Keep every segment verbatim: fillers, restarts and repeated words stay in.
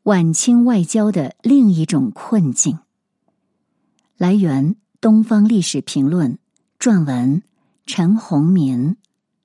晚清外交的另一种困境。来源：东方历史评论，撰文陈宏民。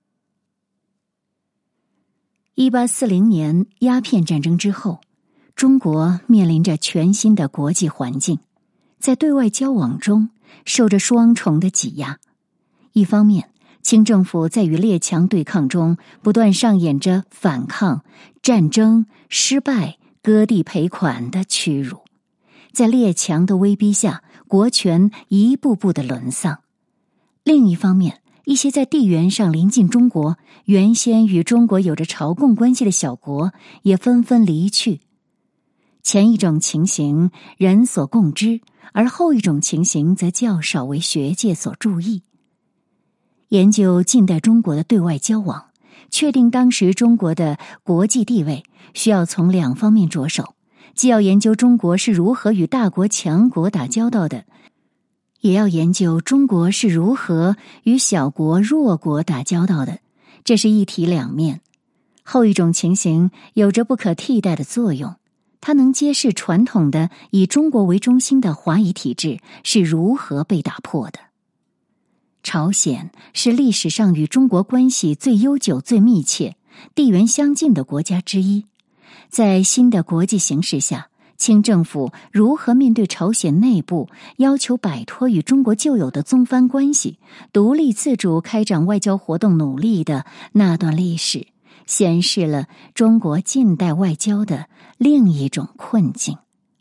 一八四零年鸦片战争之后，中国面临着全新的国际环境，在对外交往中受着双重的挤压。一方面，清政府在与列强对抗中不断上演着反抗、战争、失败、割地赔款的屈辱，在列强的威逼下，国权一步步的沦丧。另一方面，一些在地缘上临近中国、原先与中国有着朝贡关系的小国也纷纷离去。前一种情形人所共知，而后一种情形则较少为学界所注意。研究近代中国的对外交往，确定当时中国的国际地位，需要从两方面着手，既要研究中国是如何与大国强国打交道的，也要研究中国是如何与小国弱国打交道的，这是一体两面。后一种情形有着不可替代的作用，它能揭示传统的以中国为中心的华夷体制是如何被打破的。朝鲜是历史上与中国关系最悠久、最密切、地缘相近的国家之一。在新的国际形势下，清政府如何面对朝鲜内部要求摆脱与中国旧有的宗藩关系，独立自主开展外交活动努力的那段历史，显示了中国近代外交的另一种困境。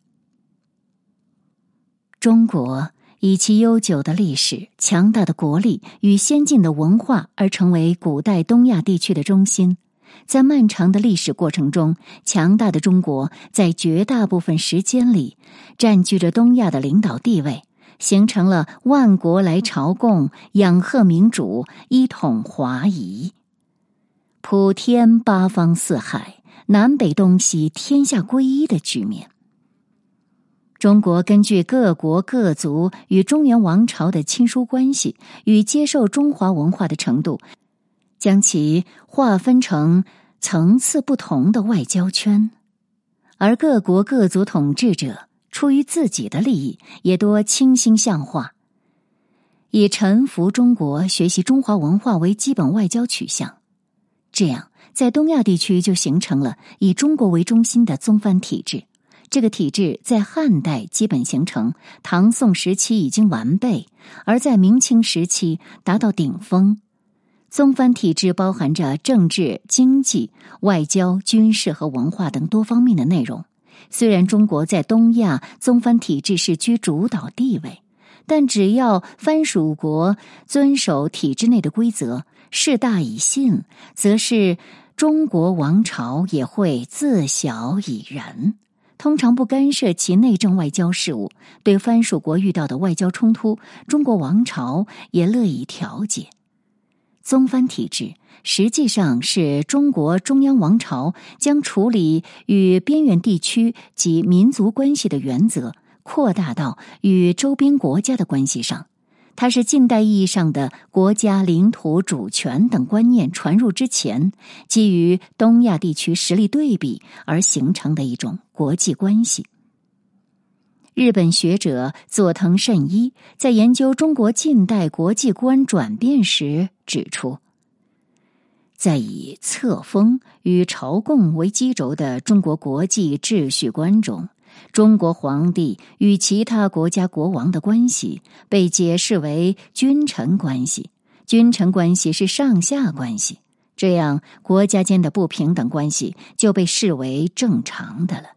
中国以其悠久的历史、强大的国力与先进的文化而成为古代东亚地区的中心。在漫长的历史过程中，强大的中国在绝大部分时间里占据着东亚的领导地位，形成了万国来朝贡、养鹤明主、一统华夷。普天八方四海，南北东西天下归一的局面。中国根据各国各族与中原王朝的亲疏关系与接受中华文化的程度，将其划分成层次不同的外交圈，而各国各族统治者出于自己的利益，也多倾心向化，以臣服中国、学习中华文化为基本外交取向。这样，在东亚地区就形成了以中国为中心的宗藩体制。这个体制在汉代基本形成，唐宋时期已经完备，而在明清时期达到顶峰。宗藩体制包含着政治、经济、外交、军事和文化等多方面的内容。虽然中国在东亚宗藩体制是居主导地位，但只要藩属国遵守体制内的规则，事大以信，则是中国王朝也会自晓以然，通常不干涉其内政外交事务。对藩属国遇到的外交冲突，中国王朝也乐意调解。宗藩体制实际上是中国中央王朝将处理与边远地区及民族关系的原则扩大到与周边国家的关系上。它是近代意义上的国家领土主权等观念传入之前，基于东亚地区实力对比而形成的一种国际关系。日本学者佐藤慎一在研究中国近代国际观转变时指出，在以册封与朝贡为基轴的中国国际秩序观中，中国皇帝与其他国家国王的关系被解释为君臣关系，君臣关系是上下关系，这样国家间的不平等关系就被视为正常的了。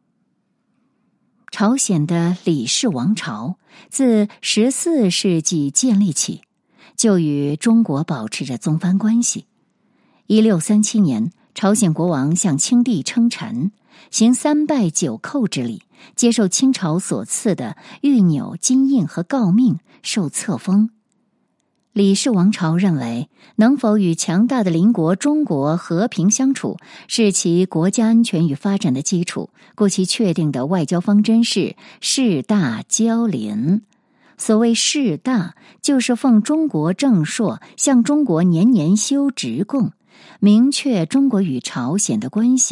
朝鲜的李氏王朝自十四世纪建立起，就与中国保持着宗藩关系。一六三七年，朝鲜国王向清帝称臣，行三拜九叩之礼，接受清朝所赐的玉钮、金印和诰命，受册封。李氏王朝认为，能否与强大的邻国中国和平相处，是其国家安全与发展的基础，故其确定的外交方针是事大交邻。所谓事大，就是奉中国正朔，向中国年年修职贡，明确中国与朝鲜的关系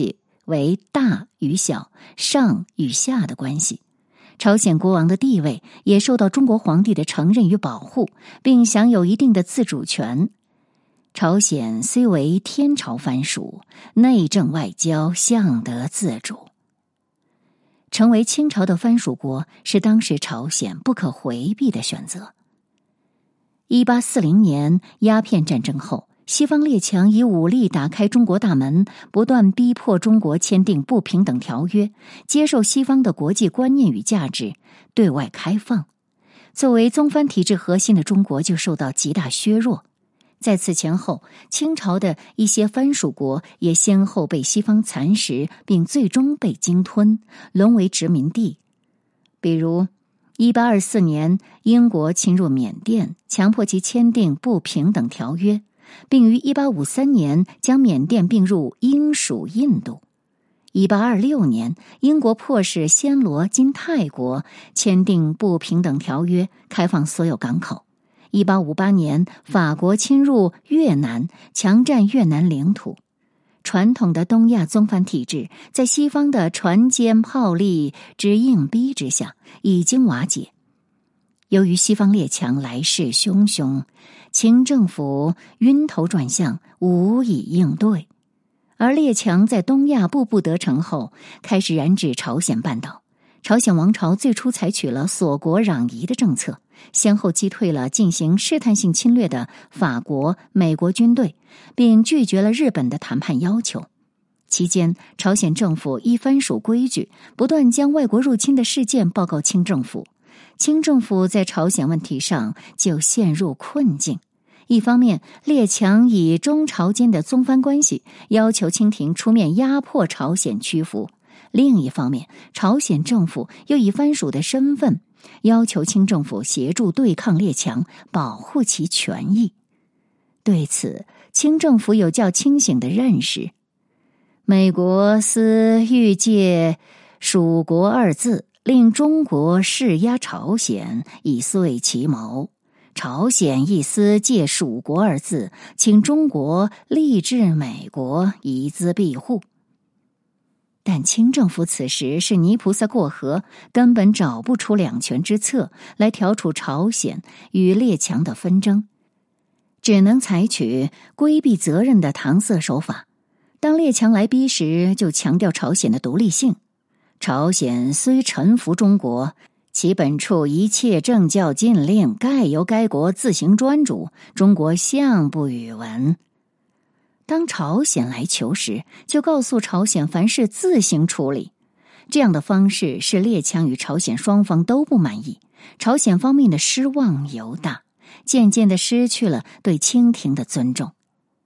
为大与小、上与下的关系。朝鲜国王的地位也受到中国皇帝的承认与保护，并享有一定的自主权。朝鲜虽为天朝藩属，内政外交相得自主。成为清朝的藩属国是当时朝鲜不可回避的选择。一八四零年鸦片战争后，西方列强以武力打开中国大门，不断逼迫中国签订不平等条约，接受西方的国际观念与价值，对外开放。作为宗藩体制核心的中国就受到极大削弱。在此前后，清朝的一些藩属国也先后被西方蚕食，并最终被鲸吞，沦为殖民地。比如一八二四年，英国侵入缅甸，强迫其签订不平等条约，并于一八五三年将缅甸并入英属印度。一八二六年，英国迫使暹罗今泰国签订不平等条约，开放所有港口。一八五八年，法国侵入越南，强占越南领土。传统的东亚宗藩体制在西方的船坚炮利之硬逼之下已经瓦解。由于西方列强来势汹汹，清政府晕头转向，无以应对。而列强在东亚步步得成后，开始染指朝鲜半岛。朝鲜王朝最初采取了锁国攘夷的政策，先后击退了进行试探性侵略的法国、美国军队，并拒绝了日本的谈判要求。期间，朝鲜政府依藩属规矩，不断将外国入侵的事件报告清政府。清政府在朝鲜问题上就陷入困境。一方面，列强以中朝间的宗藩关系要求清廷出面压迫朝鲜屈服；另一方面，朝鲜政府又以藩属的身份要求清政府协助对抗列强，保护其权益。对此，清政府有较清醒的认识。美国思欲借属国二字令中国施压朝鲜，以遂其谋。朝鲜亦思借属国二字，请中国立志美国，以资庇护。但清政府此时是泥菩萨过河，根本找不出两全之策来调处朝鲜与列强的纷争，只能采取规避责任的搪塞手法。当列强来逼时，就强调朝鲜的独立性。朝鲜虽臣服中国，其本处一切政教禁令，盖由该国自行专主，中国向不与闻。当朝鲜来求时，就告诉朝鲜凡事自行处理。这样的方式使列强与朝鲜双方都不满意，朝鲜方面的失望尤大，渐渐地失去了对清廷的尊重。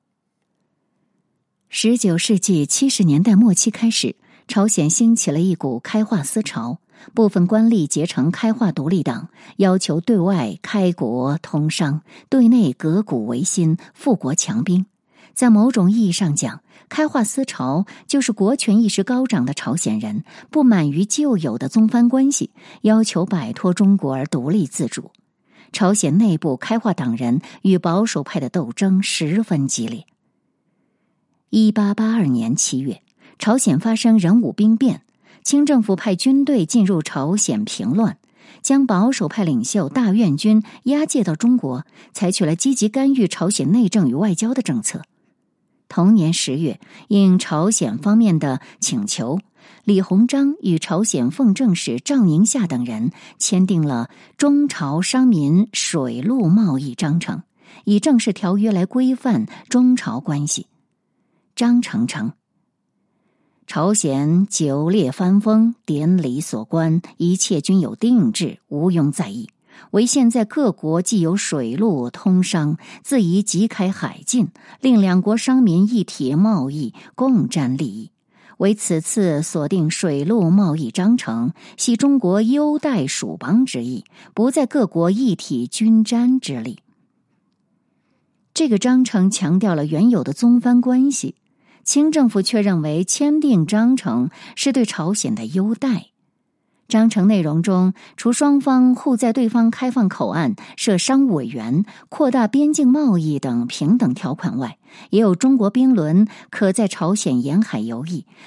十九世纪七十年代末期开始，朝鲜兴起了一股开化思潮，部分官吏结成开化独立党，要求对外开国通商，对内革古维新，富国强兵。在某种意义上讲，开化思潮就是国权意识高涨的朝鲜人不满于旧有的宗藩关系，要求摆脱中国而独立自主。朝鲜内部开化党人与保守派的斗争十分激烈。一八八二年七月，朝鲜发生壬午兵变，清政府派军队进入朝鲜平乱，将保守派领袖大院军押解到中国，采取了积极干预朝鲜内政与外交的政策。同年十月，应朝鲜方面的请求，李鸿章与朝鲜奉正使赵宁夏等人签订了中朝商民水陆贸易章程，以正式条约来规范中朝关系。章程称，朝鲜九列藩封，典礼所关，一切均有定制，毋庸在意。唯现在各国既有水陆通商，自宜即开海禁，令两国商民一体贸易，共沾利益。为此次所定水陆贸易章程，系中国优待属邦之意，不在各国一体均沾之力。这个章程强调了原有的宗藩关系，清政府却认为签订章程是对朝鲜的优待。章程内容中，除双方互在对方开放口岸、设商务委员、扩大边境贸易等平等条款外，也有中国兵轮可在朝鲜沿海游弋，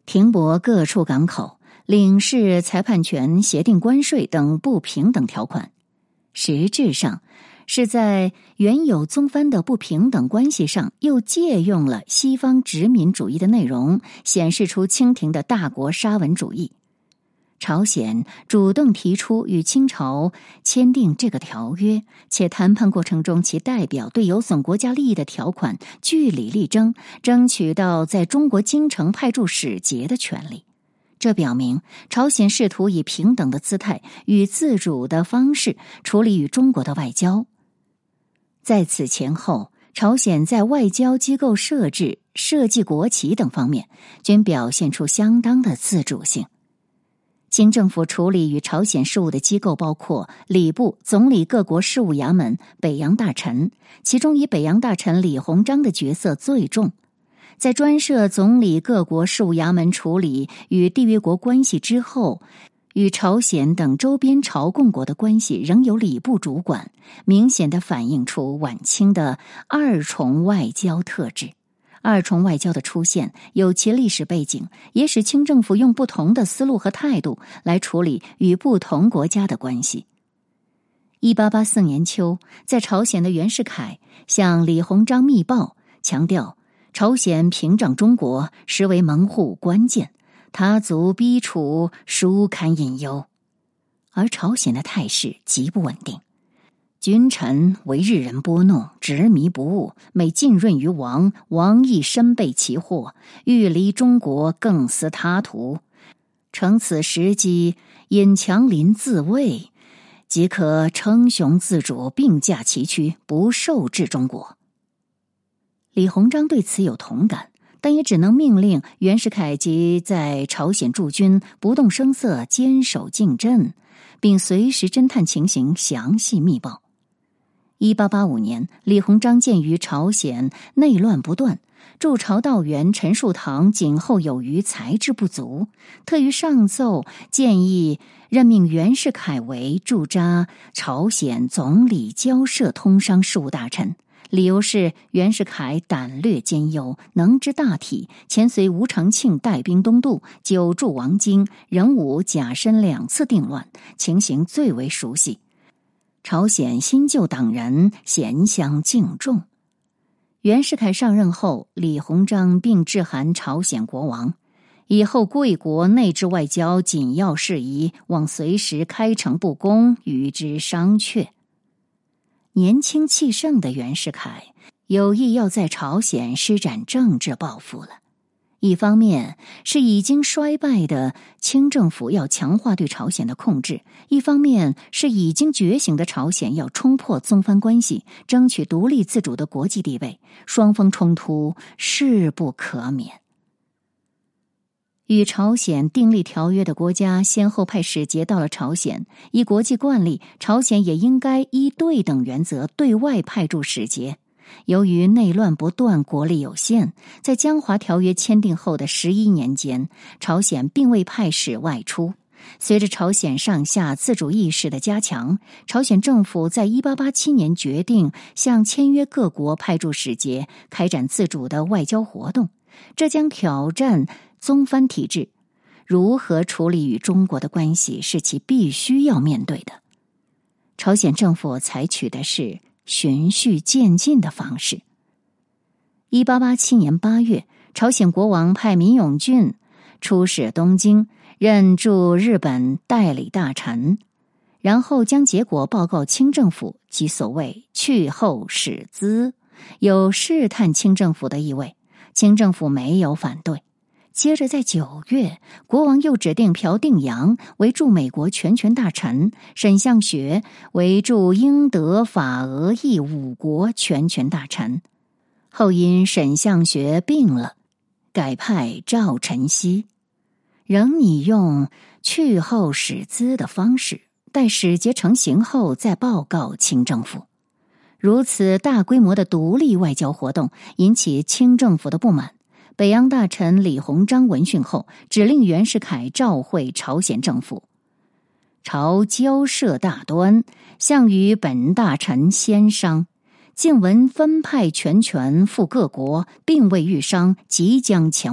停泊各处港口、领事裁判权、协定关税等不平等条款，实质上是在原有宗藩的不平等关系上，又借用了西方殖民主义的内容，显示出清廷的大国沙文主义。朝鲜主动提出与清朝签订这个条约，且谈判过程中其代表对有损国家利益的条款据理力争，争取到在中国京城派驻使节的权利。这表明朝鲜试图以平等的姿态与自主的方式处理与中国的外交。在此前后，朝鲜在外交机构设置、设计国旗等方面均表现出相当的自主性。清政府处理与朝鲜事务的机构包括礼部、总理各国事务衙门、北洋大臣，其中以北洋大臣李鸿章的角色最重。在专设总理各国事务衙门处理与缔约国关系之后，与朝鲜等周边朝贡国的关系仍由礼部主管，明显地反映出晚清的二重外交特质。二重外交的出现有其历史背景，也使清政府用不同的思路和态度来处理与不同国家的关系。一八八四年秋，在朝鲜的袁世凯向李鸿章密报，强调朝鲜屏障中国实为门户关键，他族逼楚殊堪隐忧。而朝鲜的态势极不稳定，君臣为日人拨弄，执迷不悟，每浸润于王，王亦身备其祸，欲离中国更思他途。乘此时机，引强邻自卫，即可称雄自主，并驾齐驱，不受制中国。李鸿章对此有同感，但也只能命令袁世凯及在朝鲜驻军不动声色，坚守境阵，并随时侦探情形，详细密报。一八八五年，李鸿章鉴于朝鲜内乱不断，驻朝道员陈树堂仅后有余，才智不足，特于上奏建议任命袁世凯为驻扎朝鲜总理交涉通商事务大臣。理由是袁世凯胆略兼优，能知大体，前随吴承庆带兵东渡，久驻王京，任武甲申两次定乱，情形最为熟悉。朝鲜新旧党人咸相敬重。袁世凯上任后，李鸿章并致函朝鲜国王，以后贵国内治外交紧要事宜，望随时开诚布公，与之商榷。年轻气盛的袁世凯有意要在朝鲜施展政治抱负了。一方面是已经衰败的清政府要强化对朝鲜的控制，一方面是已经觉醒的朝鲜要冲破宗藩关系，争取独立自主的国际地位，双方冲突势不可免。与朝鲜订立条约的国家先后派使节到了朝鲜，依国际惯例，朝鲜也应该依对等原则对外派驻使节。由于内乱不断，国力有限，在江华条约签订后的十一年间，朝鲜并未派使外出。随着朝鲜上下自主意识的加强，朝鲜政府在一八八七年决定向签约各国派驻使节，开展自主的外交活动。这将挑战宗藩体制，如何处理与中国的关系是其必须要面对的。朝鲜政府采取的是循序渐进的方式。一八八七年八月，朝鲜国王派闵永俊出使东京，任驻日本代理大臣，然后将结果报告清政府，即所谓去后使资，有试探清政府的意味。清政府没有反对。接着在九月，国王又指定朴定洋为驻美国全权大臣，沈相学为驻英德法俄意五国全权大臣。后因沈相学病了，改派赵晨曦，仍拟用去后使资的方式，待使节成行后再报告清政府。如此大规模的独立外交活动引起清政府的不满。北洋大臣李鸿章闻讯后，指令袁世凯召会朝鲜政府，朝交涉大端，向与本大臣先商，竟闻分派全权赴各国，并未预商，即将前往，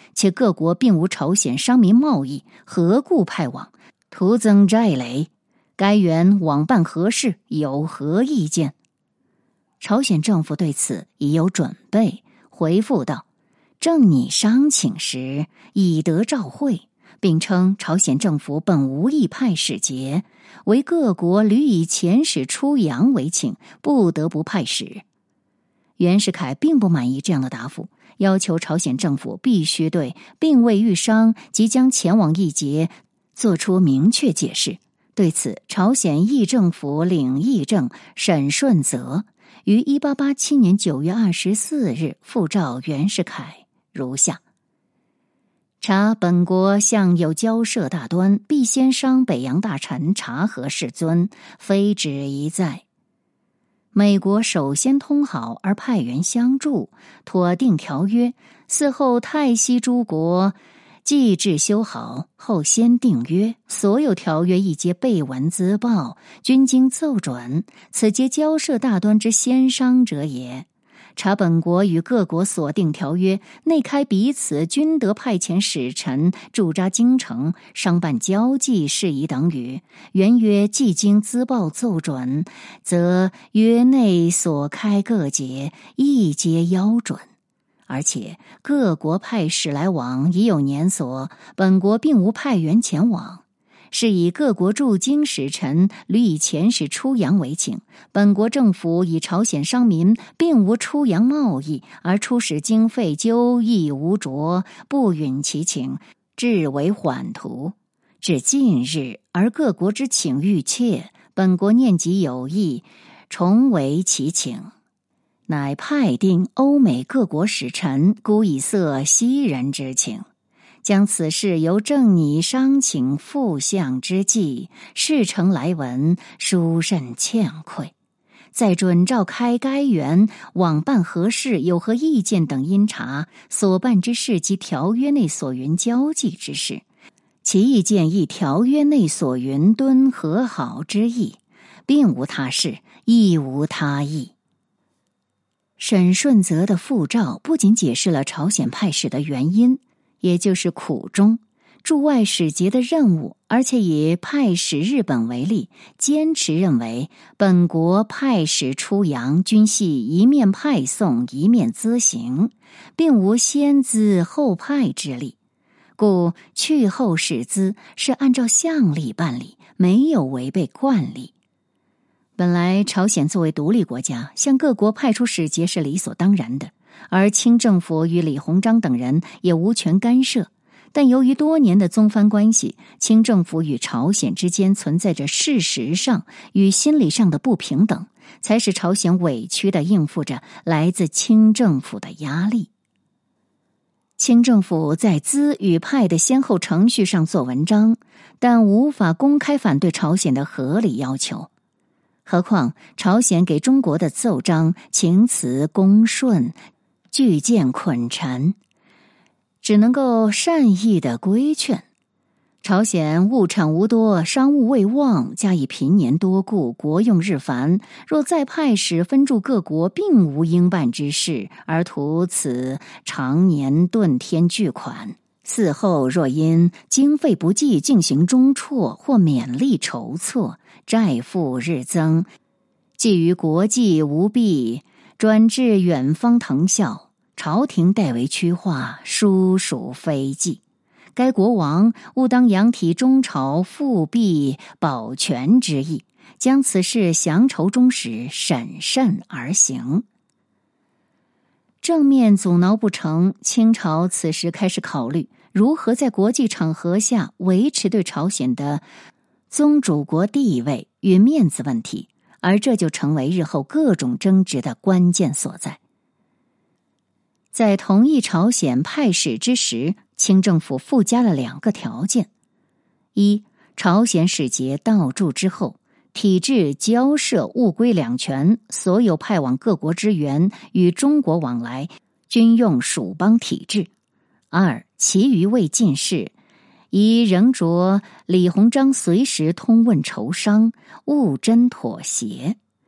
且各国并无朝鲜商民贸易，何故派往，徒增寨垒？该员往办何事？有何意见？朝鲜政府对此已有准备，回复道：正拟商请时，已得召会，并称朝鲜政府本无意派使节，为各国屡以遣使出洋为请，不得不派使。袁世凯并不满意这样的答复，要求朝鲜政府必须对并未遇伤即将前往一节做出明确解释。对此，朝鲜议政府领议政沈顺泽于一八八七年九月二十四日复召袁世凯如下：察本国向有交涉大端，必先商北洋大臣察合世尊，非止一再。美国首先通好而派员相助，妥定条约，嗣后泰西诸国既至修好，后先订约，所有条约一皆备文资报，均经奏准，此皆交涉大端之先商者也。察本国与各国所定条约，内开彼此均得派遣使臣驻扎京城，商办交际事宜等语。原约既经资报奏准，则约内所开各节亦皆邀准。而且各国派使来往已有年所，本国并无派员前往，是以各国驻京使臣屡以遣使出洋为请，本国政府以朝鲜商民并无出洋贸易，而出使经费纠亦无着，不允其请，至为缓图。至近日，而各国之请愈切，本国念及有意，重为其请，乃派定欧美各国使臣，孤以塞西人之请，将此事由正拟商请复向之际，事成来闻，殊甚歉愧。在准召开该员往办何事，有何意见等因察，所办之事及条约内所云交际之事，其意见亦条约内所云敦和好之意，并无他事，亦无他意。沈顺泽的复召不仅解释了朝鲜派使的原因，也就是苦衷，驻外使节的任务，而且以派使日本为例，坚持认为本国派使出洋均系一面派送一面咨行，并无先资后派之例，故去后使资是按照项例办理，没有违背惯例。本来朝鲜作为独立国家，向各国派出使节是理所当然的，而清政府与李鸿章等人也无权干涉。但由于多年的宗藩关系，清政府与朝鲜之间存在着事实上与心理上的不平等，才使朝鲜委屈地应付着来自清政府的压力。清政府在资与派的先后程序上做文章，但无法公开反对朝鲜的合理要求。何况朝鲜给中国的奏章情辞恭顺，句见捆陈，只能够善意的规劝。朝鲜物产无多，商务未旺，加以贫年多故，国用日繁，若再派使分驻各国，并无应办之事，而图此常年顿添巨款。嗣后若因经费不济进行中辍，或勉力筹措，债负日增，既于国际无弊，转至远方腾效，朝廷代为趋化，殊属非计。该国王务当扬提中朝复辟保全之意，将此事详筹中时，审慎而行。正面阻挠不成，清朝此时开始考虑如何在国际场合下维持对朝鲜的宗主国地位与面子问题，而这就成为日后各种争执的关键所在。在同意朝鲜派使之时，清政府附加了两个条件：一，朝鲜使节到驻之后，体制交涉物归两全，所有派往各国之员与中国往来均用属邦体制；二，其余未尽事，宜仍着李鸿章随时通问筹商，务真妥协。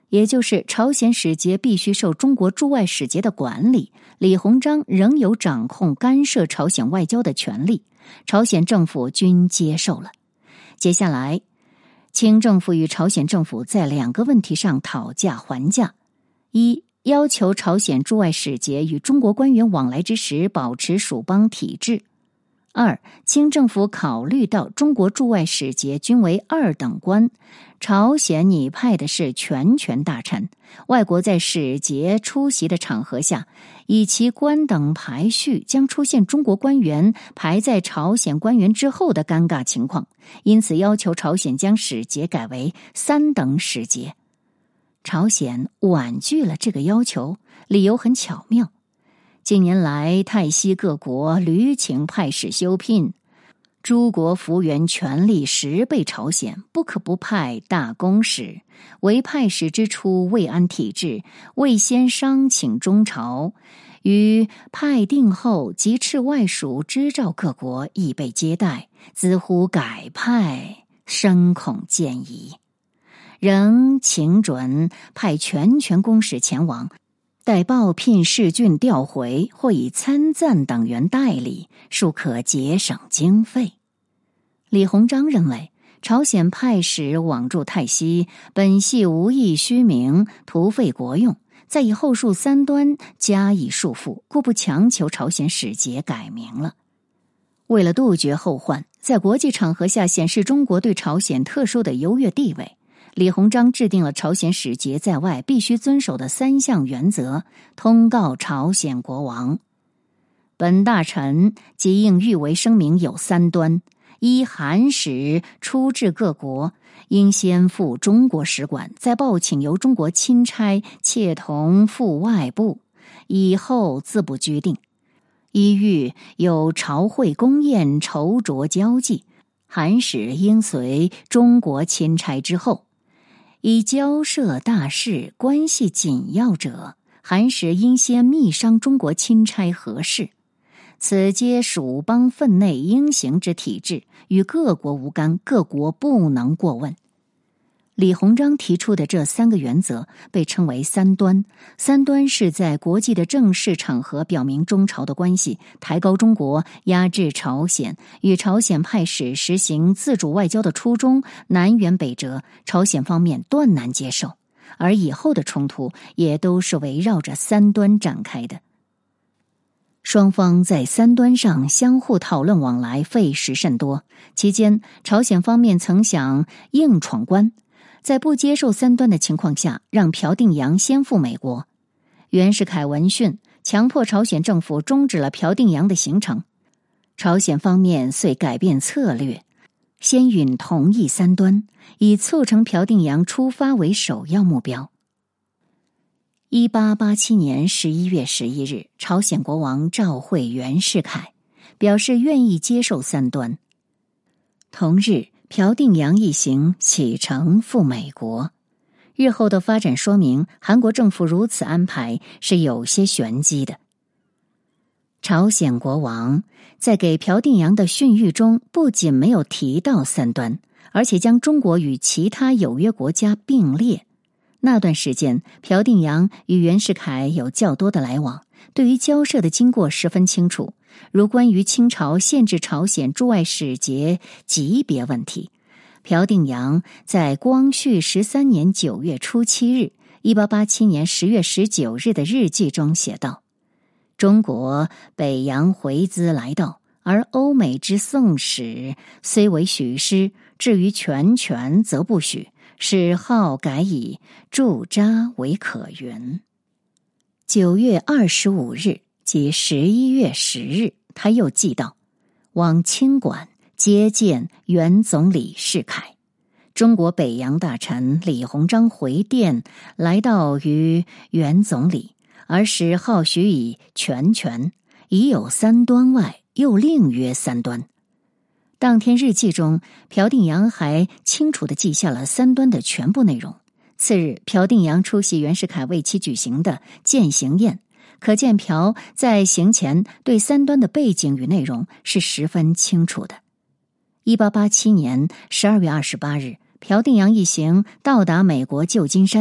也就是朝鲜使节必须受中国驻外使节的管理，李鸿章仍有掌控干涉朝鲜外交的权利，朝鲜政府均接受了。接下来，清政府与朝鲜政府在两个问题上讨价还价：一、要求朝鲜驻外使节与中国官员往来之时保持属邦体制；二、清政府考虑到中国驻外使节均为二等官，朝鲜拟派的是全权大臣，外国在使节出席的场合下，以其官等排序将出现中国官员排在朝鲜官员之后的尴尬情况，因此要求朝鲜将使节改为三等使节。朝鲜婉拒了这个要求，理由很巧妙。近年来，泰西各国屡请派使修聘，诸国幅员权力十倍朝鲜，不可不派大公使。唯派使之初，未安体制，未先商请中朝，于派定后即斥外属知照各国，亦被接待，兹乎改派，深恐见疑。仍请准派全权公使前往，待报聘士郡调回，或以参赞党员代理，庶可节省经费。李鸿章认为，朝鲜派使往驻泰西，本系无益虚名，徒费国用，再以后述三端加以束缚，故不强求朝鲜使节改名了。为了杜绝后患，在国际场合下显示中国对朝鲜特殊的优越地位，李鸿章制定了朝鲜使节在外必须遵守的三项原则，通告朝鲜国王。本大臣即应誉为声明有三端：一、函使出至各国，应先赴中国使馆，再报请由中国钦差切同赴外部，以后自不拘定。一遇有朝会宫宴筹酌交际，函使应随中国钦差之后。以交涉大事关系紧要者，函使应先密商中国钦差何事。此皆属邦分内应行之体制，与各国无干，各国不能过问。李鸿章提出的这三个原则被称为三端。三端是在国际的正式场合表明中朝的关系，抬高中国，压制朝鲜，与朝鲜派使实行自主外交的初衷南辕北辙，朝鲜方面断难接受，而以后的冲突也都是围绕着三端展开的。双方在三端上相互讨论往来，费时甚多。期间，朝鲜方面曾想硬闯关，在不接受三端的情况下，让朴定洋先赴美国。袁世凯闻讯，强迫朝鲜政府终止了朴定洋的行程。朝鲜方面遂改变策略，先允同意三端，以促成朴定洋出发为首要目标。一八八七年十一月十一日，朝鲜国王召会袁世凯，表示愿意接受三端。同日，朴定洋一行启程赴美国。日后的发展说明，韩国政府如此安排是有些玄机的。朝鲜国王在给朴定洋的训谕中，不仅没有提到三端，而且将中国与其他有约国家并列。那段时间，朴定洋与袁世凯有较多的来往，对于交涉的经过十分清楚，如关于清朝限制朝鲜驻外使节级别问题。朴定洋在光绪十三年九月初七日、一八八七年十月十九日的日记中写道：中国北洋回资来到，而欧美之宋使虽为许师，至于全权则不许，使号改以驻扎为可云。九月二十五日即十一月十日，他又记道：往清馆接见原总理世凯。中国北洋大臣李鸿章回电来到于原总理，而使号许以全权，已有三端外，又另约三端。当天日记中，朴定洋还清楚地记下了三端的全部内容。次日，朴定洋出席袁世凯为其举行的饯行宴，可见朴在行前对三端的背景与内容是十分清楚的。一八八七年十二月二十八日，朴定洋一行到达美国旧金山，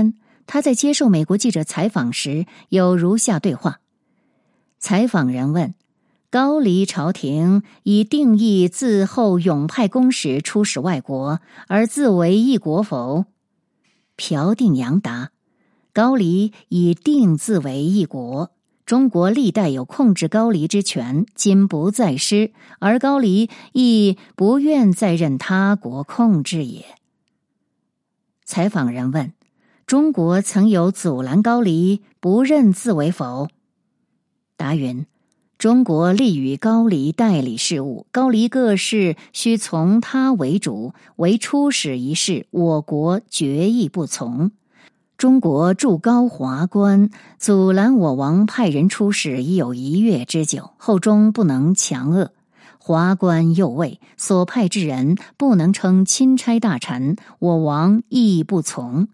他在接受美国记者采访时有如下对话。采访人问：高丽朝廷已定义自后永派公使出使外国，而自为一国否？朴定阳答：高丽已定自为一国，中国历代有控制高丽之权，今不再失，而高丽亦不愿再任他国控制也。采访人问：中国曾有阻拦高丽不任自为否？答云：中国立与高丽代理事务，高丽各事须从他为主，唯出使一事，我国决意不从。中国驻高华官阻拦我王派人出使已有一月之久，后终不能强遏。华官又谓所派之人不能称钦差大臣，我王亦不从。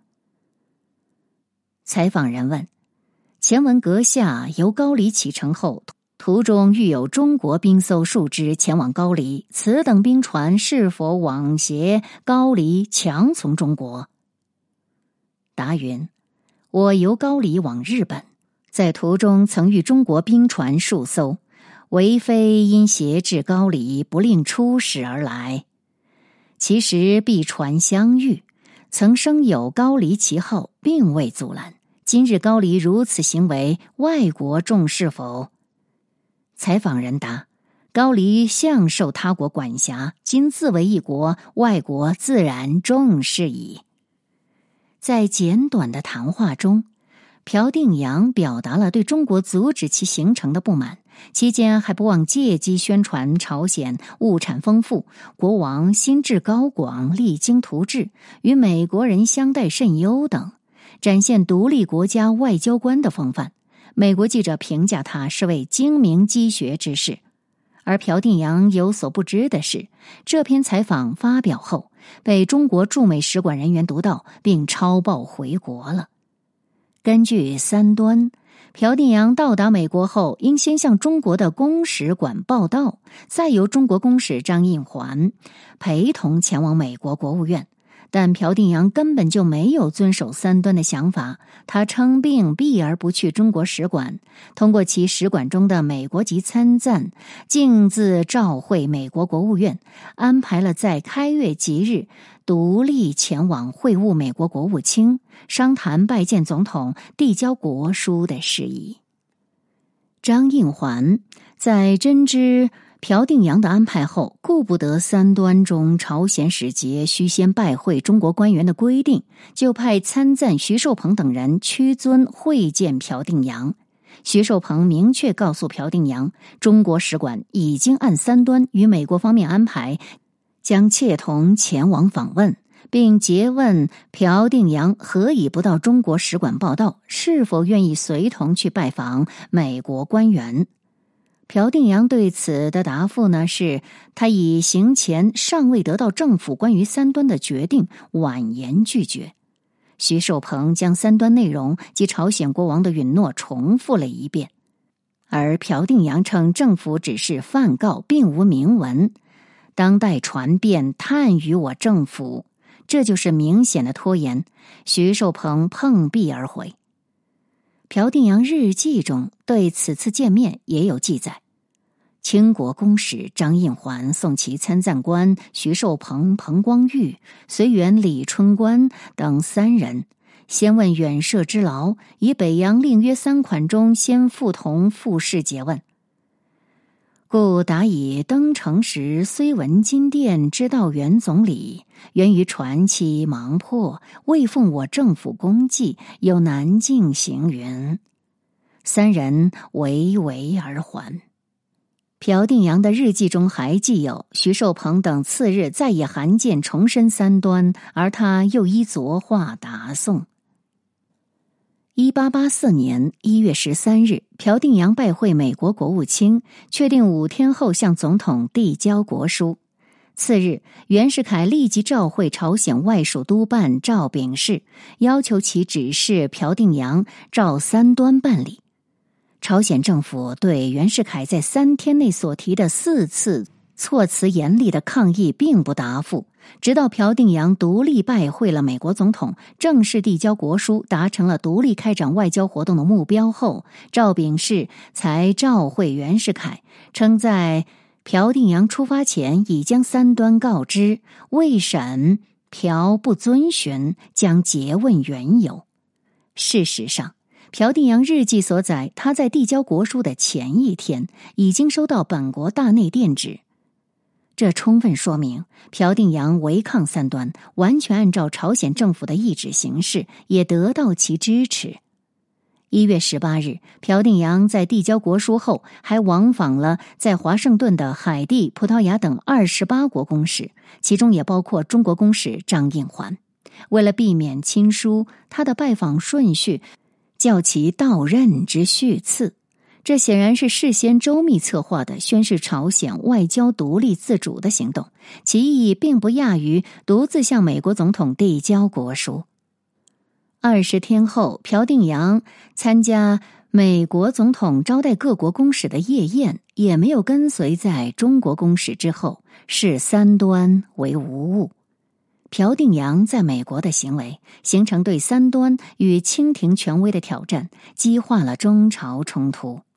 采访人问：前闻阁下由高丽启程后，途中遇有中国兵艘数支前往高丽，此等兵船是否往携高丽强从中国？答云：我由高丽往日本，在途中曾遇中国兵船数艘，唯非因挟至高丽不令出使而来。其时避船相遇，曾生有高丽旗号，并未阻拦。今日高丽如此行为，外国重视否？采访人答：高丽向受他国管辖，今自为一国，外国自然重视矣。在简短的谈话中，朴定阳表达了对中国阻止其形成的不满，期间还不忘借机宣传朝鲜物产丰富，国王心智高广，励精图治，与美国人相待甚优等，展现独立国家外交官的风范。美国记者评价他是位精明机学之士。而朴定阳有所不知的是，这篇采访发表后，被中国驻美使馆人员读到，并抄报回国了。根据三端，朴定阳到达美国后，应先向中国的公使馆报到，再由中国公使张应环陪同前往美国国务院。但朴定阳根本就没有遵守三端的想法，他称病避而不去中国使馆，通过其使馆中的美国籍参赞，径自召会美国国务院，安排了在开月吉日独立前往会晤美国国务卿，商谈拜见总统、递交国书的事宜。张应环在真知朴定阳的安排后，顾不得三端中朝鲜使节须先拜会中国官员的规定，就派参赞徐寿鹏等人屈尊会见朴定阳。徐寿鹏明确告诉朴定阳，中国使馆已经按三端与美国方面安排，将切同前往访问，并诘问朴定阳何以不到中国使馆报到，是否愿意随同去拜访美国官员。朴定阳对此的答复呢，是他以行前尚未得到政府关于三端的决定，婉言拒绝。徐寿鹏将三端内容及朝鲜国王的允诺重复了一遍，而朴定阳称政府只是范告，并无明文，当代传遍探与我政府，这就是明显的拖延。徐寿鹏碰壁而回。朴定阳日记中对此次见面也有记载，清国公使张应环送其参赞官徐寿鹏、彭光裕、随员李春官等三人，先问远涉之劳，以北洋令约三款中先附同复试诘问。故答以登城时虽闻金殿知道原总理，源于传期忙迫，未奉我政府公祭，有南进行云。三人唯唯而还。朴定阳的日记中还记有徐寿鹏等次日再以函件重申三端，而他又依昨话答送。一八八四年一月十三日，朴定阳拜会美国国务卿，确定五天后向总统递交国书。次日，袁世凯立即召会朝鲜外属督办赵秉世，要求其指示朴定阳照三端办理。朝鲜政府对袁世凯在三天内所提的四次措辞严厉的抗议并不答复，直到朴定阳独立拜会了美国总统，正式递交国书，达成了独立开展外交活动的目标后，赵秉镕才召会袁世凯，称在朴定阳出发前已将三端告知，未审朴不遵循，将诘问缘由。事实上，朴定阳日记所载，他在递交国书的前一天已经收到本国大内电旨，这充分说明朴定阳违抗三端，完全按照朝鲜政府的意志行事，也得到其支持。一月十八日，朴定阳在递交国书后，还往访了在华盛顿的海地、葡萄牙等二十八国公使，其中也包括中国公使张应环。为了避免亲疏，他的拜访顺序较其到任之序次，这显然是事先周密策划的宣示朝鲜外交独立自主的行动，其意义并不亚于独自向美国总统递交国书。二十天后，朴定阳参加美国总统招待各国公使的夜宴，也没有跟随在中国公使之后，视三端为无物。朴定阳在美国的行为形成对三端与清廷权威的挑战，激化了中朝冲突。